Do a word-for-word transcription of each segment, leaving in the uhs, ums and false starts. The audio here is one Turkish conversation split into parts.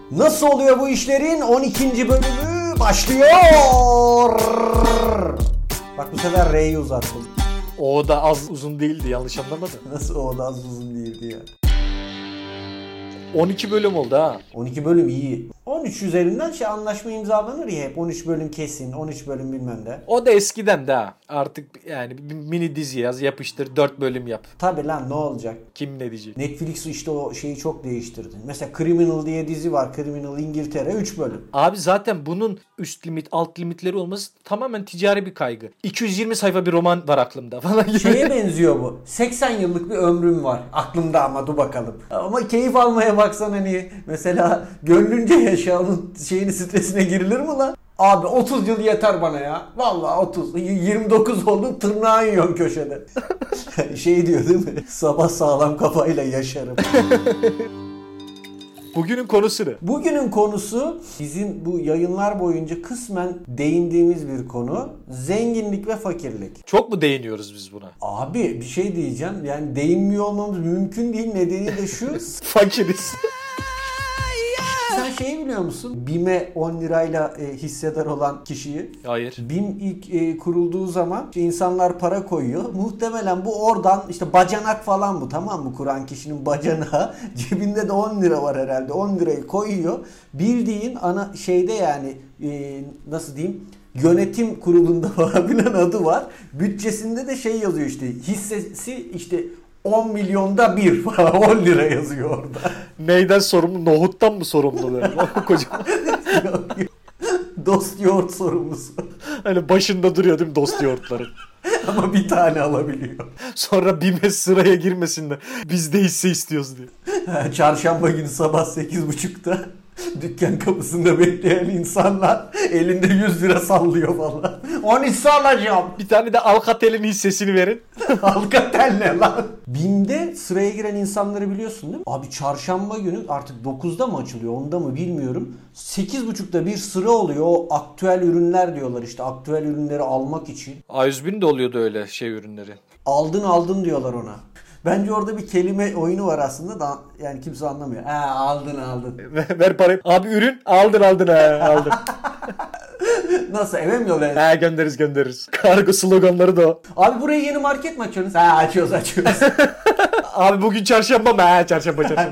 Nasıl oluyor bu işlerin on ikinci bölümü başlıyor. Bak bu sefer R'yi uzattım. O da az uzun değildi, yanlış anlamadın. Nasıl o da az uzun değildi ya? on iki bölüm oldu ha. on iki bölüm iyi. on üç üzerinden şey anlaşma imzalanır ya hep. on üç bölüm kesin, on üç bölüm bilmem de. O da eskiden de ha. Artık yani bir mini dizi yaz, yapıştır, dört bölüm yap. Tabi lan, ne olacak? Kim ne diyecek? Netflix işte o şeyi çok değiştirdi. Mesela Criminal diye dizi var. Criminal İngiltere, üç bölüm. Abi zaten bunun üst limit, alt limitleri olması tamamen ticari bir kaygı. iki yüz yirmi sayfa bir roman var aklımda falan gibi. Şeye benziyor bu. seksen yıllık bir ömrüm var. Aklımda ama dur bakalım. Ama keyif almaya baksan hani mesela gönlünce yaşa, onun şeyini, stresine girilir mi lan? Abi otuz yıl yeter bana ya. Vallahi otuz. yirmi dokuz oldum, tırnağı yiyorsun köşede. Şey diyor değil mi? Sabah sağlam kafayla yaşarım. Bugünün konusu ne? Bugünün konusu bizim bu yayınlar boyunca kısmen değindiğimiz bir konu. Zenginlik ve fakirlik. Çok mu değiniyoruz biz buna? Abi bir şey diyeceğim. Yani değinmiyor olmamız mümkün değil. Nedeni de şu. Fakiriz. Sen şeyi biliyor musun? BİM'e on lirayla e, hissedar olan kişiyi. Hayır. BİM ilk e, kurulduğu zaman işte insanlar para koyuyor. Muhtemelen bu oradan işte bacanak falan bu, tamam mı? Kuran kişinin bacanağı. Cebinde de on lira var herhalde. on lirayı koyuyor. Bildiğin ana şeyde yani e, nasıl diyeyim? Yönetim kurulunda falan filan adı var. Bütçesinde de şey yazıyor işte. Hissesi işte on milyonda bir falan, on lira yazıyor orada. Neyden sorumlu? Nohuttan mı sorumlu böyle? Kocaman. Dost yoğurt sorumlusu. Hani başında duruyor değil mi dost yoğurtları? Ama bir tane alabiliyor. Sonra BİM'e sıraya girmesinler. Biz de hisse istiyoruz diye. Çarşamba günü sabah sekiz buçukta dükkan kapısında bekleyen insanlar elinde yüz lira sallıyor falan. on hisse alacağım. Bir tane de Alcatel'in hissesini verin. Alcatel ne lan? BİM'de sıraya giren insanları biliyorsun değil mi? Abi çarşamba günü artık dokuzda mı açılıyor, onda mı bilmiyorum. sekiz buçukta bir sıra oluyor. O aktüel ürünler diyorlar işte, aktüel ürünleri almak için. A yüz bin de oluyordu öyle şey ürünleri. Aldın aldın diyorlar ona. Bence orada bir kelime oyunu var aslında da yani kimse anlamıyor. Ha, aldın aldın. Ver parayı. Abi ürün aldın aldın ha aldın. Nasıl, eve mi yollayın? He göndeririz göndeririz. Kargo sloganları da o. Abi burayı yeni market mi açıyorsunuz? Ha, açıyoruz açıyoruz. Abi bugün çarşamba mı? He çarşamba çarşamba.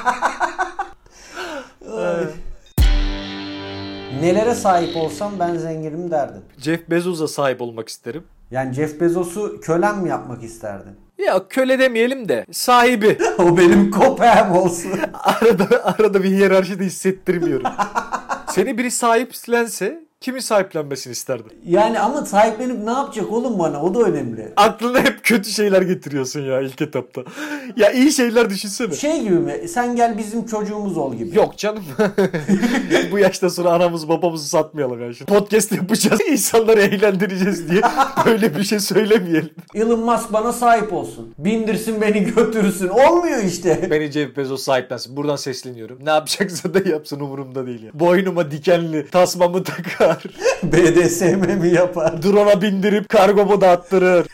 Nelere sahip olsam ben zenginim derdin. Jeff Bezos'a sahip olmak isterim. Yani Jeff Bezos'u kölen mi yapmak isterdin? Ya köle demeyelim de sahibi. O benim köpeğim olsun. Arada arada bir hiyerarşi de hissettirmiyorum. Seni biri sahiplense kimi sahiplenmesini isterdin? Yani ama sahiplenip ne yapacak oğlum bana? O da önemli. Aklına hep kötü şeyler getiriyorsun ya ilk etapta. Ya iyi şeyler düşünsene. Şey gibi mi? Sen gel bizim çocuğumuz ol gibi. Yok canım. Bu yaşta sonra anamızı babamızı satmayalım yani. Şimdi podcast yapacağız, insanları eğlendireceğiz diye böyle bir şey söylemeyelim. Elon Musk bana sahip olsun. Bindirsin beni götürsün. Olmuyor işte. Beni Jeff Bezos sahiplensin. Buradan sesleniyorum. Ne yapacaksa da yapsın, umurumda değil ya. Boynuma dikenli tasmamı takar. B D S M mi yapar? Drone'a bindirip kargomu dağıttırır.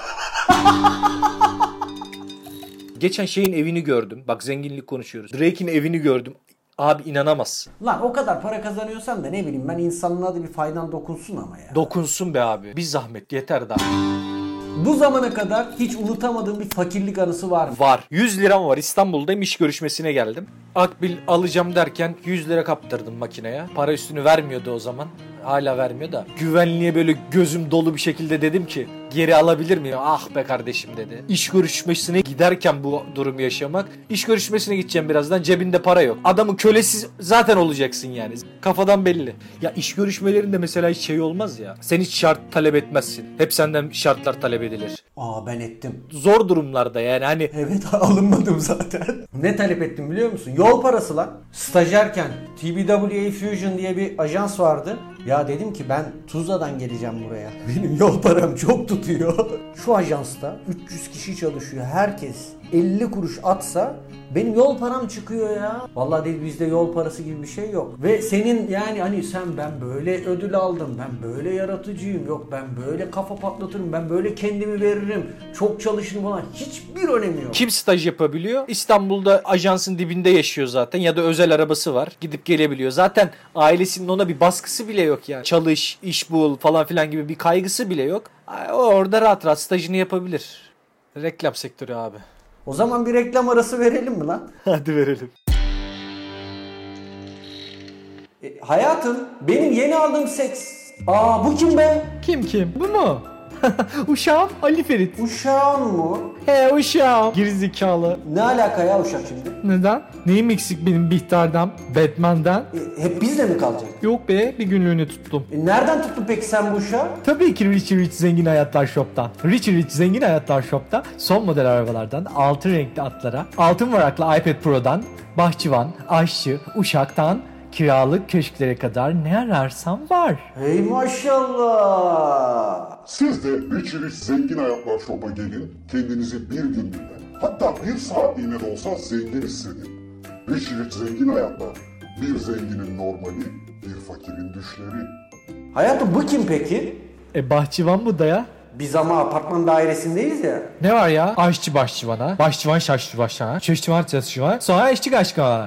Geçen şeyin evini gördüm. Bak zenginlik konuşuyoruz. Drake'in evini gördüm. Abi inanamazsın. Lan o kadar para kazanıyorsan da ne bileyim ben, insanlığa da bir faydan dokunsun ama ya. Dokunsun be abi. Bir zahmet yeter daha. Bu zamana kadar hiç unutamadığım bir fakirlik anısı var mı? Var. yüz liram var. İstanbul'dayım, iş görüşmesine geldim. Akbil alacağım derken yüz lira kaptırdım makineye. Para üstünü vermiyordu o zaman. Hala vermiyor da. Güvenliğe böyle gözüm dolu bir şekilde dedim ki geri alabilir miyim? Ah be kardeşim dedi. İş görüşmesine giderken bu durumu yaşamak. İş görüşmesine gideceğim birazdan, cebinde para yok. Adamın kölesi zaten olacaksın yani. Kafadan belli. Ya iş görüşmelerinde mesela hiç şey olmaz ya. Sen hiç şart talep etmezsin. Hep senden şartlar talep edilir. Aa, ben ettim. Zor durumlarda yani hani. Evet, alınmadım zaten. Ne talep ettim biliyor musun? Yol parası lan. Stajyerken T B W A Fusion diye bir ajans vardı. Ya dedim ki ben Tuzla'dan geleceğim buraya. Benim yol param çok tutuyor. Şu ajansta üç yüz kişi çalışıyor. Herkes elli kuruş atsa benim yol param çıkıyor ya. Vallahi değil, bizde yol parası gibi bir şey yok. Ve senin yani hani sen ben böyle ödül aldım, ben böyle yaratıcıyım, yok ben böyle kafa patlatırım, ben böyle kendimi veririm, çok çalışırım falan, hiçbir önemi yok. Kim staj yapabiliyor? İstanbul'da ajansın dibinde yaşıyor zaten ya da özel arabası var. Gidip gelebiliyor. Zaten ailesinin ona bir baskısı bile yok yani. Çalış, iş bul falan filan gibi bir kaygısı bile yok. O orada rahat rahat stajını yapabilir. Reklam sektörü abi. O zaman bir reklam arası verelim mi lan? Hadi verelim. E, hayatım, benim yeni aldığım seks. Aa, bu kim be? Kim kim? Bu mu? Uşağım Ali Ferit. Uşağın mu? He uşağım. Gerizekalı. Ne alaka ya uşak şimdi? Neden? Neyim eksik benim Bihter'den, Batman'den? E, hep bizle mi kalacak? Yok be, bir günlüğüne tuttum. E, nereden tuttun peki sen bu uşağı? Tabii ki Rich Rich Zengin Hayatlar Shop'tan. Rich Rich Zengin Hayatlar Shop'ta son model arabalardan altın renkli atlara, altın varaklı iPad Pro'dan, bahçıvan, aşçı, uşaktan, kiralık köşklere kadar ne ararsan var. Hey maşallah. Siz de Rich Rich Zengin Hayatlar Shop'a gelin, kendinizi bir günlüğüne, hatta bir saatliğine de olsa zengin hissedin. Rich Rich Zengin Hayatlar, bir zenginin normali, bir fakirin düşleri. Hayatım, bu kim peki? E bahçıvan bu da ya. Biz ama apartman dairesindeyiz ya. Ne var ya? Aşçı başçıvana, başçıvan şaşçı başçıvana, şaşçıvan şaşçıvana, sonra eşçi kaşkana.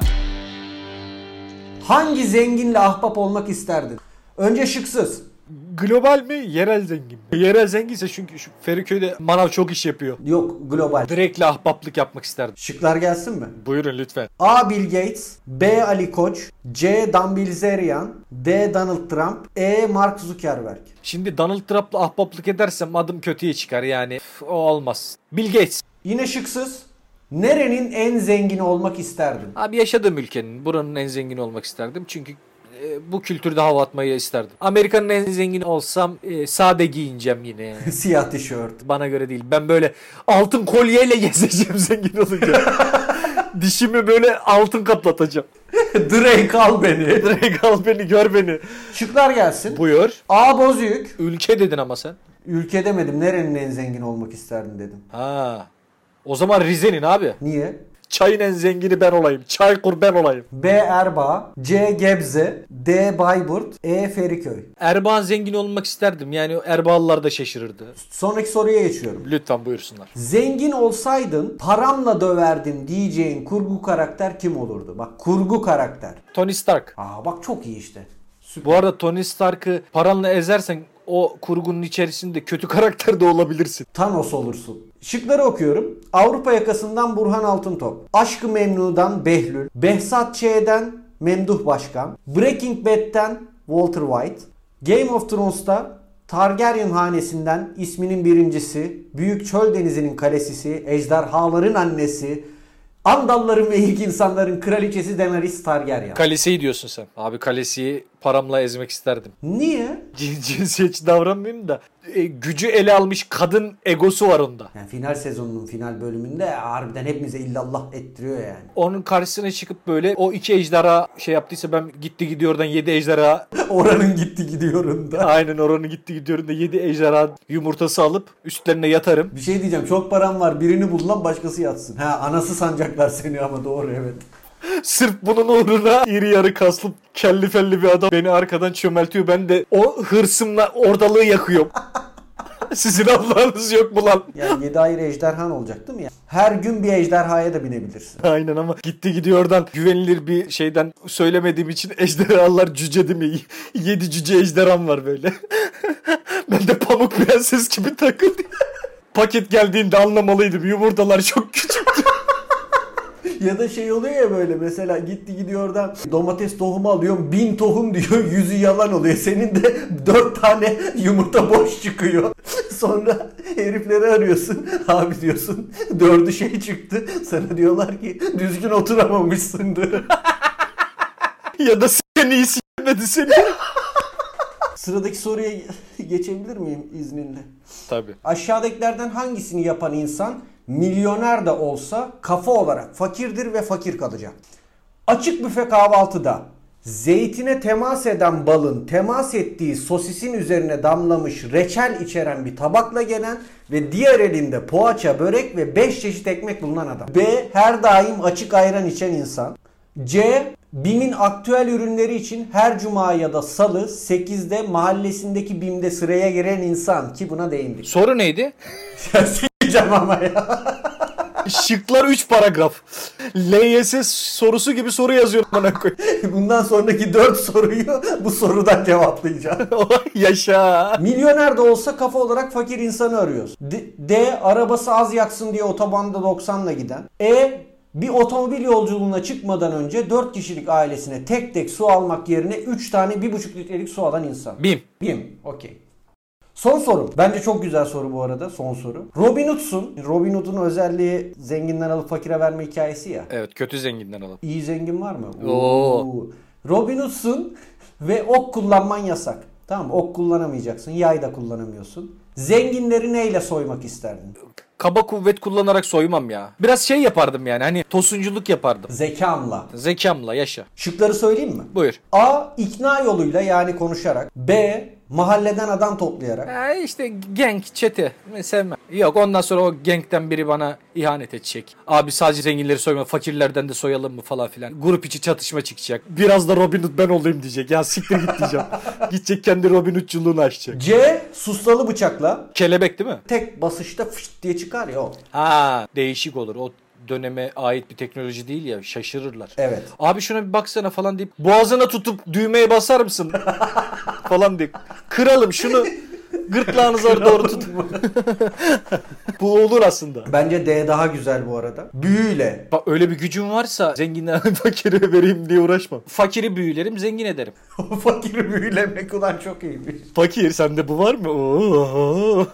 Hangi zenginle ahbap olmak isterdin? Önce şıksız. Global mi? Yerel zengin mi? Yerel zenginse çünkü şu Feriköy'de manav çok iş yapıyor. Yok, global. Direkt'le ahbaplık yapmak isterdim. Şıklar gelsin mi? Buyurun lütfen. A. Bill Gates, B. Ali Koç, C. Dan Bilzerian, D. Donald Trump, E. Mark Zuckerberg. Şimdi Donald Trump'la ahbaplık edersem adım kötüye çıkar yani. Üf, o olmaz. Bill Gates. Yine şıksız. Nerenin en zengini olmak isterdin? Abi yaşadığım ülkenin, buranın en zengini olmak isterdim. Çünkü e, bu kültürde hava atmayı isterdim. Amerika'nın en zengini olsam e, sade giyineceğim yine. Siyah tişört. Bana göre değil. Ben böyle altın kolyeyle gezeceğim zengin olunca. Dişimi böyle altın kaplatacağım. Drake al beni. Direkt al beni, gör beni. Şıklar gelsin. Buyur. A. Bozüyük. Ülke dedin ama sen. Ülke demedim. Nerenin en zengin olmak isterdin dedim. Ha. O zaman Rize'nin abi. Niye? Çayın en zengini ben olayım. Çaykur ben olayım. B. Erbaa, C. Gebze, D. Bayburt, E. Feriköy. Erbağ'ın zengin olmak isterdim. Yani Erbağlılar da şaşırırdı. Sonraki soruya geçiyorum. Lütfen buyursunlar. Zengin olsaydın paramla döverdim diyeceğin kurgu karakter kim olurdu? Bak, kurgu karakter. Tony Stark. Aa bak, çok iyi işte. Süper. Bu arada Tony Stark'ı paranla ezersen o kurgunun içerisinde kötü karakter de olabilirsin. Thanos olursun. Şıkları okuyorum. Avrupa Yakası'ndan Burhan Altıntop, Aşk-ı Memnu'dan Behlül, Behzat Ç'den Memduh Başkan, Breaking Bad'den Walter White, Game of Thrones'ta Targaryen hanesinden isminin birincisi, Büyük Çöl Denizi'nin kalesisi, ejderhaların annesi, Andalların ve ilk insanların kraliçesi Daenerys Targaryen. Kalesi'yi diyorsun sen. Abi Kalesi'yi paramla ezmek isterdim. Niye? Cin- Cinsiyetçi davranmayayım da. E, gücü ele almış kadın egosu var onda. Yani final sezonunun final bölümünde harbiden hepimize illallah ettiriyor yani. Onun karşısına çıkıp böyle o iki ejderha şey yaptıysa ben gitti gidiyordan yedi ejderha. Oranın gitti gidiyorum da. Aynen oranı gitti gidiyorum da yedi ejderha yumurtası alıp üstlerine yatarım. Bir şey diyeceğim, çok param var, birini bul lan başkası yatsın. Ha, anası sancaklar seni ama, doğru, evet. Sırf bunun uğruna iri yarı kaslı kelli felli bir adam beni arkadan çömeltiyor. Ben de o hırsımla ortalığı yakıyorum. Sizin Allah'ınız yok mu lan? Yani yedi ayrı ejderhan olacak değil mi ya? Her gün bir ejderhaya da binebilirsin. Aynen ama gitti gidiyor oradan güvenilir bir şeyden söylemediğim için ejderhalar cüce değil mi? Yedi cüce ejderham var böyle. Ben de Pamuk Prenses gibi takıldım. Paket geldiğinde anlamalıydım. Yumurtalar çok küçüktü. Ya da şey oluyor ya, böyle mesela gitti gidiyor oradan domates tohumu alıyorum, bin tohum diyor, yüzü yalan oluyor. Senin de dört tane yumurta boş çıkıyor. Sonra herifleri arıyorsun. Abi diyorsun, dördü şey çıktı. Sana diyorlar ki düzgün oturamamışsındır. Ya da sen iyisi yemedi seni. Sıradaki soruya geçebilir miyim izninle? Tabii. Aşağıdakilerden hangisini yapan insan milyoner de olsa kafa olarak fakirdir ve fakir kalacak? Açık büfe kahvaltıda Zeytine temas eden balın temas ettiği sosisin üzerine damlamış reçel içeren bir tabakla gelen ve diğer elinde poğaça, börek ve beş çeşit ekmek bulunan adam. B. Her daim açık ayran içen insan. C. BİM'in aktüel ürünleri için her cuma ya da salı sekizde mahallesindeki BİM'de sıraya giren insan ki buna değindik. Soru neydi? Sileceğim ama ya. Şıklar üç paragraf. L Y S sorusu gibi soru yazıyorum bana koy. Bundan sonraki dört soruyu bu sorudan cevaplayacağım. Yaşa. Milyoner de olsa kafa olarak fakir insanı arıyoruz. D, D. Arabası az yaksın diye otobanda doksanla giden. E. Bir otomobil yolculuğuna çıkmadan önce dört kişilik ailesine tek tek su almak yerine üç tane bir buçuk litrelik su alan insan. BİM. BİM. Okey. Son soru. Bence çok güzel soru bu arada. Son soru. Robin Hood'sun. Robin Hood'un özelliği zenginden alıp fakire verme hikayesi ya. Evet, kötü zenginden alıp. İyi zengin var mı? Oo. Oo. Robin Hood'sun ve ok kullanman yasak. Tamam, ok kullanamayacaksın. Yay da kullanamıyorsun. Zenginleri neyle soymak isterdin? Kaba kuvvet kullanarak soymam ya. Biraz şey yapardım yani, hani tosunculuk yapardım. Zekamla. Zekamla yaşa. Şıkları söyleyeyim mi? Buyur. A. İkna yoluyla, yani konuşarak. B. Mahalleden adam toplayarak. Ha işte gang, çete sevmem. Yok, ondan sonra o gangten biri bana ihanet edecek. Abi sadece zenginleri soyma, fakirlerden de soyalım mı falan filan. Grup içi çatışma çıkacak. Biraz da Robin Hood ben olayım diyecek. Ya siktir git diyeceğim. Gidecek kendi Robin Hood'culuğunu açacak. C. Suslalı bıçakla. Kelebek değil mi? Tek basışta fışt diye çıkar ya o. Ha, değişik olur. O döneme ait bir teknoloji değil ya, şaşırırlar. Evet. Abi şuna bir baksana falan deyip boğazına tutup düğmeye basar mısın? falan deyip kıralım şunu, gırtlağınıza doğru tut. Bu olur aslında. Bence D daha güzel bu arada. Büyüyle. Bak, öyle bir gücüm varsa zenginden fakire vereyim diye uğraşmam. Fakiri büyülerim, zengin ederim. Fakiri büyülemek ulan çok iyiymiş. Fakir, sende bu var mı? Oo.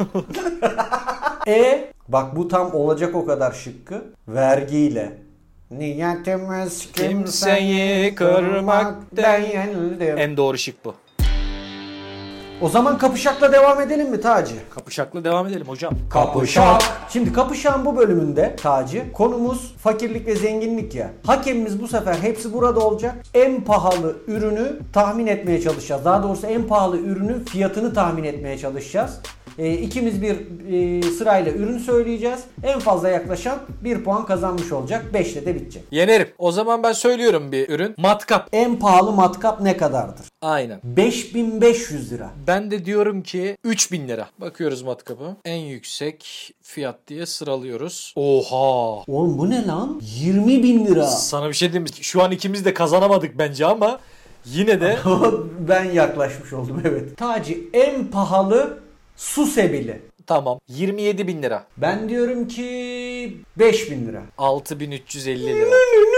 E. Bak bu tam olacak o kadar şıkkı. Vergiyle. Niyetimiz kimseyi kırmak değildir. En doğru şık bu. O zaman kapışakla devam edelim mi Taci? Kapışakla devam edelim hocam. Kapışak. Şimdi kapışan bu bölümünde Taci, konumuz fakirlik ve zenginlik ya. Hakemimiz bu sefer hepsi burada olacak. En pahalı ürünü tahmin etmeye çalışacağız. Daha doğrusu en pahalı ürünün fiyatını tahmin etmeye çalışacağız. E, ikimiz bir e, sırayla ürün söyleyeceğiz. En fazla yaklaşan bir puan kazanmış olacak. beşle de bitecek. Yenerim. O zaman ben söylüyorum bir ürün. Matkap. En pahalı matkap ne kadardır? Aynen. beş bin beş yüz lira. Ben de diyorum ki üç bin lira. Bakıyoruz matkapı. En yüksek fiyat diye sıralıyoruz. Oha. Oğlum bu ne lan? yirmi bin lira. Sana bir şey diyeyim mi? Şu an ikimiz de kazanamadık bence ama yine de. Ben yaklaşmış oldum, evet. Taci, en pahalı su sebili. Tamam. yirmi yedi bin lira. Ben diyorum ki beş bin lira. altı bin üç yüz elli lira.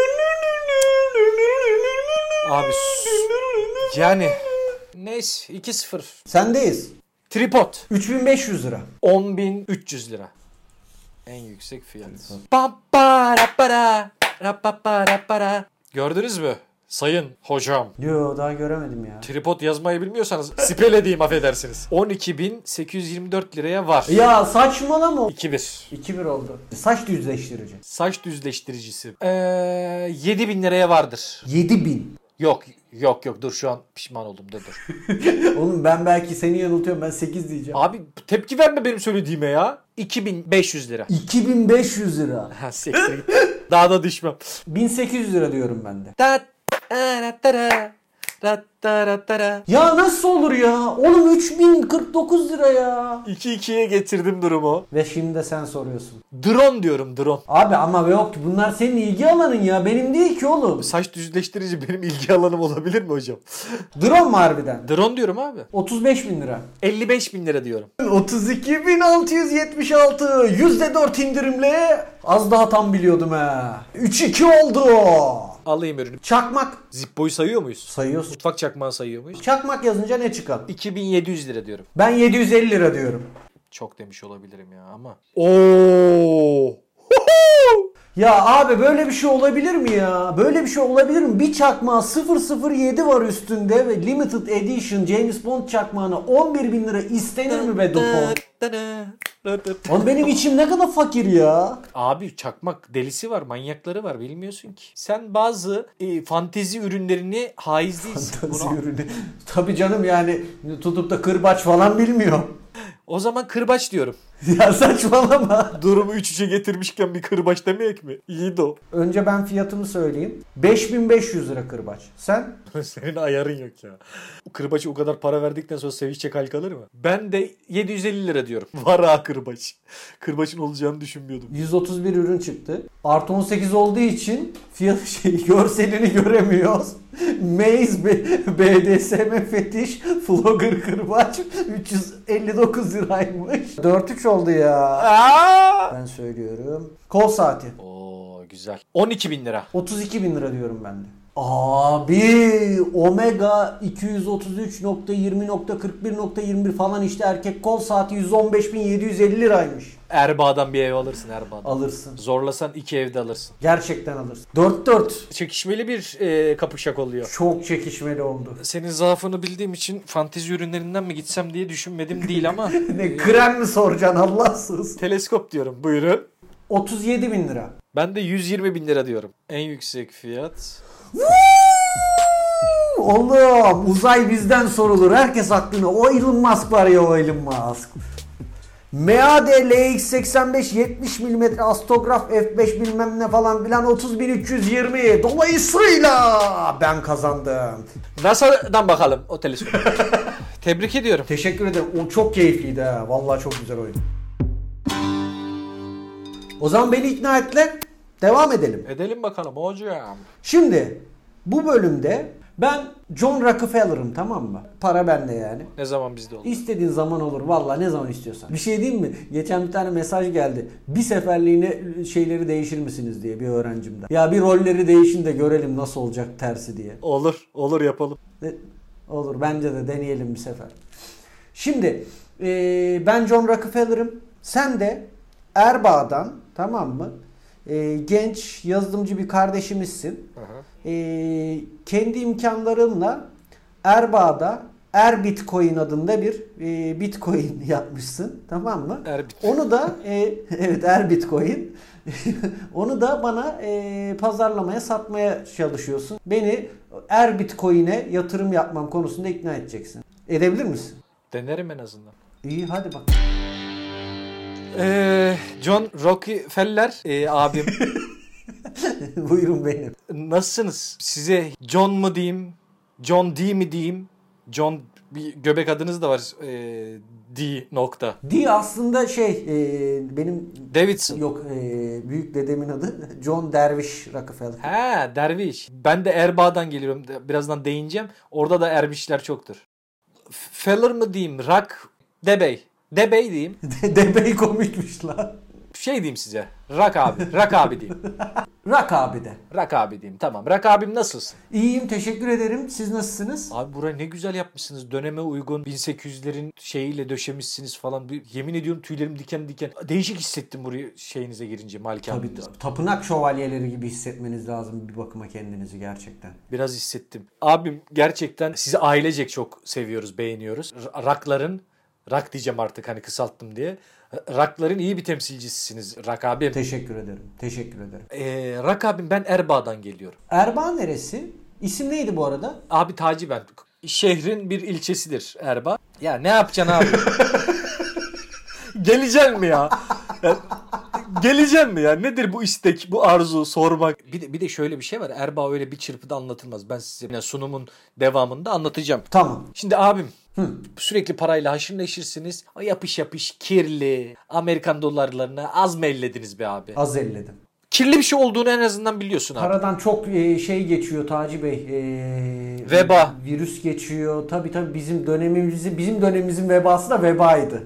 Abi yani neyse, iki sıfır. Sendeyiz. Tripod. üç bin beş yüz lira. on bin üç yüz lira. En yüksek fiyat. Pam para para para para. Gördünüz mü? Sayın hocam. Yo, daha göremedim ya. Tripod yazmayı bilmiyorsanız spell edeyim, affedersiniz. on iki bin sekiz yüz yirmi dört liraya var. Ya saçmalama. iki bir. iki bir oldu. Saç düzleştirici. Saç düzleştiricisi. Ee, yedi bin liraya vardır. yedi bin. Yok yok yok, dur şu an pişman oldum, dur dur. Oğlum ben belki seni yanıltıyorum, ben sekiz diyeceğim. Abi tepki verme benim söylediğime ya. iki bin beş yüz lira. iki bin beş yüz lira. Ha, siktir git. Daha da düşmem. bin sekiz yüz lira diyorum ben de. Ta ta ta ta ta ta. Ya nasıl olur ya? Oğlum üç bin kırk dokuz lira ya. iki ikiye getirdim durumu. Ve şimdi de sen soruyorsun. Drone diyorum, drone. Abi ama yok ki, bunlar senin ilgi alanın ya. Benim değil ki oğlum. Saç düzleştirici benim ilgi alanım olabilir mi hocam? Drone mu harbiden? Drone diyorum abi. otuz beş bin lira. elli beş bin lira diyorum. otuz iki bin altı yüz yetmiş altı. yüzde dört indirimle az daha tam biliyordum ha. üç iki oldu. Alayım ürünü. Çakmak. Zippo'yu sayıyor muyuz? Sayıyorsun. Mutfak çakmağı sayıyor muyuz? Çakmak yazınca ne çıkar? iki bin yedi yüz lira diyorum. Ben yedi yüz elli lira diyorum. Çok demiş olabilirim ya ama. Oo! Ya abi böyle bir şey olabilir mi ya? Böyle bir şey olabilir mi? Bir çakmağı sıfır sıfır yedi var üstünde ve limited edition James Bond çakmağına on bir bin lira istenir mi be Dupont? Oğlum benim içim ne kadar fakir ya. Abi çakmak delisi var, manyakları var, bilmiyorsun ki. Sen bazı e, fantezi ürünlerini haiz değilsin. Fantezi Buna- ürünü. Tabii canım yani tutup da kırbaç falan bilmiyorum. O zaman kırbaç diyorum. Ya saçmalama. Durumu üç üçe getirmişken bir kırbaç demeyek mi? İyi de o. Önce ben fiyatımı söyleyeyim. beş bin beş yüz lira kırbaç. Sen? Senin ayarın yok ya. O kırbaçı o kadar para verdikten sonra sevinççe hal kalır mı? Ben de yedi yüz elli lira diyorum. Var ha kırbaç. Kırbaçın olacağını düşünmüyordum. yüz otuz bir ürün çıktı. Artı on sekiz olduğu için fiyat şey görselini göremiyoruz. Maze B D S M fetiş Flogger kırbaç üç yüz elli dokuz liraymış. dört üç oldu ya. Aa! Ben söylüyorum. Kol saati. Oo güzel. on iki bin lira. otuz iki bin lira diyorum ben de. Abi Omega iki yüz otuz üç nokta yirmi nokta kırk bir nokta yirmi bir falan işte erkek kol saati yüz on beş bin yedi yüz elli liraymış. Erbaa'dan bir ev alırsın Erbaa'dan. Alırsın. Zorlasan iki evde alırsın. Gerçekten alırsın. dört dört. Çekişmeli bir e, kapışak oluyor. Çok çekişmeli oldu. Senin zaafını bildiğim için fantezi ürünlerinden mi gitsem diye düşünmedim değil ama. Ne krem mi soracaksın Allahsız? Teleskop diyorum. Buyurun. otuz yedi bin lira. Ben de yüz yirmi bin lira diyorum. En yüksek fiyat. Oğlum uzay bizden sorulur. Herkes aklına. O Elon Musk var ya o Elon Musk. M A D L X seksen beş yetmiş milimetre astograf F beş bilmem ne falan filan otuz bin üç yüz yirmi. Dolayısıyla ben kazandım. NASA'dan bakalım o teleskop. Tebrik ediyorum. Teşekkür ederim. O çok keyifliydi ha. Vallahi çok güzel oyun. O zaman beni ikna ettiler. Devam edelim. Edelim bakalım hocam. Şimdi bu bölümde ben John Rockefeller'ım, tamam mı? Para bende yani. Ne zaman bizde olur? İstediğin zaman olur. Vallahi ne zaman istiyorsan. Bir şey diyeyim mi? Geçen bir tane mesaj geldi. Bir seferliğine şeyleri değişir misiniz diye bir öğrencimden. Ya bir rolleri değişin de görelim nasıl olacak tersi diye. Olur. Olur yapalım. E, Olur bence de deneyelim bir sefer. Şimdi e, ben John Rockefeller'ım. Sen de Erbaa'dan, tamam mı? E, genç yazılımcı bir kardeşimizsin. E, kendi imkanlarınla Erbaa'da Erbitcoin adında bir e, Bitcoin yapmışsın, tamam mı? Erbit. Onu da e, evet Erbitcoin. Onu da bana e, pazarlamaya satmaya çalışıyorsun. Beni Erbitcoin'e yatırım yapmam konusunda ikna edeceksin. Edebilir misin? Denerim en azından. İyi hadi bak. Ee, John Rockefeller e, abim. Buyurun benim. Nasılsınız? Size John mu diyeyim? John D mi diyeyim? John bir göbek adınız da var. Ee, D nokta. D aslında şey e, benim Davidson. yok e, büyük dedemin adı John Derviş Rockefeller. He derviş. Ben de Erbaa'dan geliyorum. Birazdan değineceğim. Orada da ermişler çoktur. Feller mı diyeyim? Rock. Debey. Debey diyeyim. Debey komikmiş lan. Şey diyeyim size. Rock abi. Rock abi diyeyim. Rock abi de. Rock abi diyeyim. Tamam. Rock abim nasılsın? İyiyim teşekkür ederim. Siz nasılsınız? Abi burayı ne güzel yapmışsınız. Döneme uygun bin sekiz yüzlerin şeyiyle döşemişsiniz falan. Bir, yemin ediyorum tüylerim diken diken. Değişik hissettim burayı şeyinize girince. Tabii Malikanenize. tapınak şövalyeleri gibi hissetmeniz lazım bir bakıma kendinizi gerçekten. Biraz hissettim. Abim gerçekten sizi ailecek çok seviyoruz, beğeniyoruz. R- Rock'ların, rock diyeceğim artık hani kısalttım diye. Rock'ların iyi bir temsilcisisiniz Rock abim. Teşekkür ederim. Teşekkür ederim. Ee, Rock abim ben Erbaa'dan geliyorum. Erbaa neresi? İsim neydi bu arada? Abi Taci ben. Şehrin bir ilçesidir Erbaa. Ya ne yapacaksın abi? Geleceksin mi ya? ya Geleceksin mi ya? Nedir bu istek, bu arzu, sormak? Bir de, bir de şöyle bir şey var. Erbaa öyle bir çırpıda anlatılmaz. Ben size sunumun devamında anlatacağım. Tamam. Şimdi abim Hı. sürekli parayla haşır neşirsiniz. O yapış yapış kirli Amerikan dolarlarını az mı ellediniz be abi? Az elledim. Kirli bir şey olduğunu en azından biliyorsun abi. Paradan çok e, şey geçiyor Taci Bey. E, Veba. Virüs geçiyor. Tabii tabii bizim dönemimizin bizim dönemimizin vebası da vebaydı.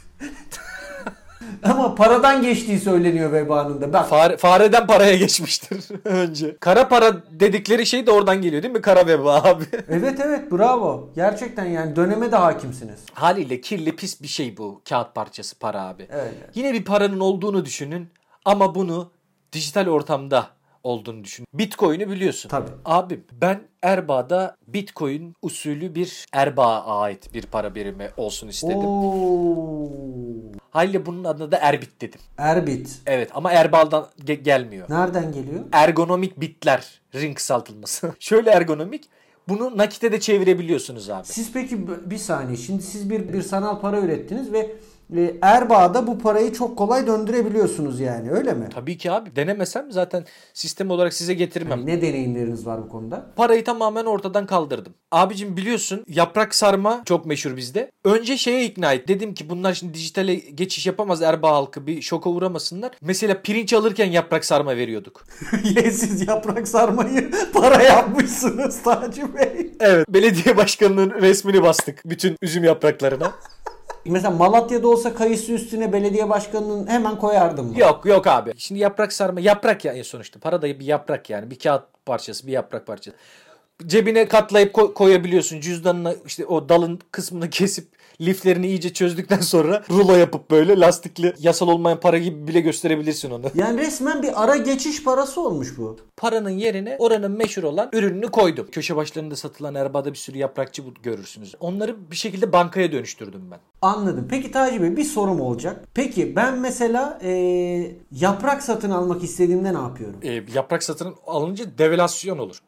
Ama paradan geçtiği söyleniyor vebanın da. Bak. Fare, fareden paraya geçmiştir önce. Kara para dedikleri şey de oradan geliyor değil mi? Kara veba abi. Evet evet bravo. Gerçekten yani döneme de hakimsiniz. Haliyle kirli pis bir şey bu kağıt parçası para abi. Evet. Yine bir paranın olduğunu düşünün ama bunu dijital ortamda olduğunu düşün. Bitcoin'i biliyorsun. Tabii. Abim ben Erbaa'da Bitcoin usulü bir Erbaa'ya ait bir para birimi olsun istedim. Oo. Haliyle bunun adına da Erbit dedim. Erbit. Evet ama Erbal'dan ge- gelmiyor. Nereden geliyor? Ergonomik bitler. Ring kısaltılması. Şöyle ergonomik. Bunu nakite de çevirebiliyorsunuz abi. Siz peki bir saniye. Şimdi siz bir bir sanal para ürettiniz ve e, Erbaa'da bu parayı çok kolay döndürebiliyorsunuz yani, öyle mi? Tabii ki abi. Denemesem zaten sistem olarak size getirmem. Yani ne deneyimleriniz var bu konuda? Parayı tamamen ortadan kaldırdım. Abicim biliyorsun yaprak sarma çok meşhur bizde. Önce şeye ikna et. Dedim ki bunlar şimdi dijitale geçiş yapamaz, Erbaa halkı bir şoka uğramasınlar. Mesela pirinç alırken yaprak sarma veriyorduk. Siz yaprak sarmayı para yapmışsınız Taci Bey. Evet. Belediye başkanının resmini bastık bütün üzüm yapraklarına. Mesela Malatya'da olsa kayısı üstüne belediye başkanının hemen koyardım. Ben. Yok yok abi. Şimdi yaprak sarma yaprak ya sonuçta. Para da bir yaprak yani. Bir kağıt parçası, bir yaprak parçası. Cebine katlayıp ko- koyabiliyorsun. Cüzdanına işte o dalın kısmını kesip liflerini iyice çözdükten sonra rulo yapıp böyle lastikli yasal olmayan para gibi bile gösterebilirsin onu. Yani resmen bir ara geçiş parası olmuş bu. Paranın yerine oranın meşhur olan ürününü koydum. Köşe başlarında satılan Erbaa'da bir sürü yaprakçı görürsünüz. Onları bir şekilde bankaya dönüştürdüm ben. Anladım. Peki Taci Bey bir sorum olacak. Peki ben mesela ee, yaprak satın almak istediğimde ne yapıyorum? E, yaprak satın alınca devalüasyon olur.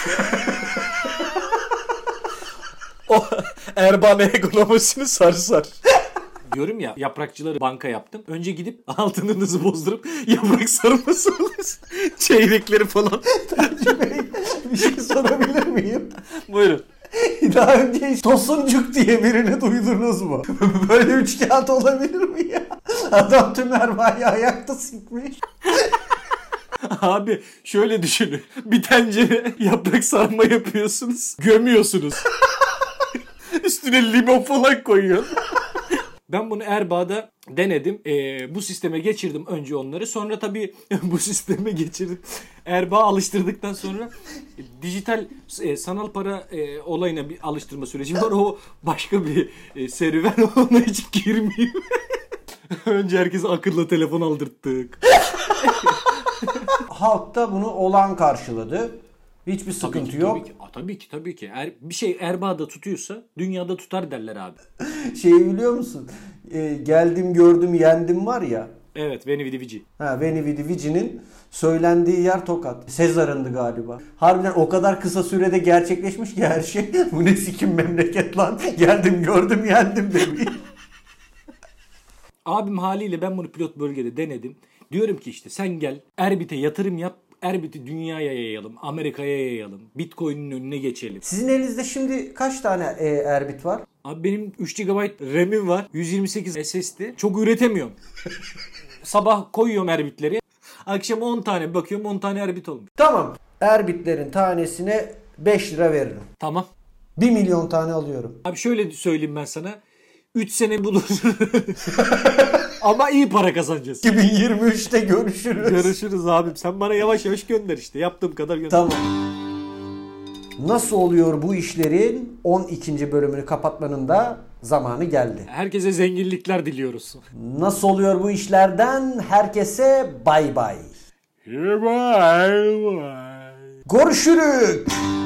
O Erbaa'nın ekonomisini sarsar. Diyorum ya yaprakçıları banka yaptım. Önce gidip altınınızı bozdurup yaprak sarması olur. Çeyrekleri falan. Taci Bey bir şey sorabilir miyim? Buyurun. Daha önce hiç Tosuncuk diye birini duydunuz mu? Böyle üç kağıt olabilir mi ya? Adam tüm Erbaa'yı ayakta sikmiş. Abi şöyle düşünün. Bir tencere yaprak sarma yapıyorsunuz. Gömüyorsunuz. Üstüne limon falan koyuyorsun. Ben bunu Erbaa'da denedim. Ee, bu sisteme geçirdim önce onları. Sonra tabii bu sisteme geçirdim. Erbaa alıştırdıktan sonra e, dijital e, sanal para e, olayına bir alıştırma süreci var. O başka bir e, serüven. Ona hiç girmeyeyim. Önce herkese akıllı telefon aldırttık. Halk da bunu olağan karşıladı. Hiçbir sıkıntı tabii ki, yok. Tabii ki, tabii ki. Tabii ki. Er, bir şey Erbaa'da tutuyorsa dünyada tutar derler abi. Şeyi biliyor musun? Ee, geldim gördüm yendim var ya. Evet, Veni Vidi Vici. Ha, Veni Vidi Vici'nin söylendiği yer Tokat. Sezar'ındı galiba. Harbiden o kadar kısa sürede gerçekleşmiş ki her şey. Bu ne sikim memleket lan. Geldim gördüm yendim demeyi. Abim haliyle ben bunu pilot bölgede denedim. Diyorum ki işte sen gel Erbit'e yatırım yap. Erbit'i dünyaya yayalım. Amerika'ya yayalım. Bitcoin'in önüne geçelim. Sizin elinizde şimdi kaç tane e, Erbit var? Abi benim üç gigabayt RAM'im var. yüz yirmi sekiz S S D. Çok üretemiyorum. Sabah koyuyorum Erbit'leri. Akşam on tane bakıyorum on tane Erbit olmuş. Tamam. Erbitlerin tanesine beş lira veririm. Tamam. bir milyon tane alıyorum. Abi şöyle söyleyeyim ben sana. üç sene bulur. Ama iyi para kazanacağız. iki bin yirmi üçte görüşürüz. Görüşürüz abim. Sen bana yavaş yavaş gönder işte. Yaptığım kadar gönder. Tamam. Nasıl oluyor bu işlerin on ikinci bölümünü kapatmanın da zamanı geldi. Herkese zenginlikler diliyoruz. Nasıl oluyor bu işlerden herkese bay bay. Bye bye. Görüşürüz.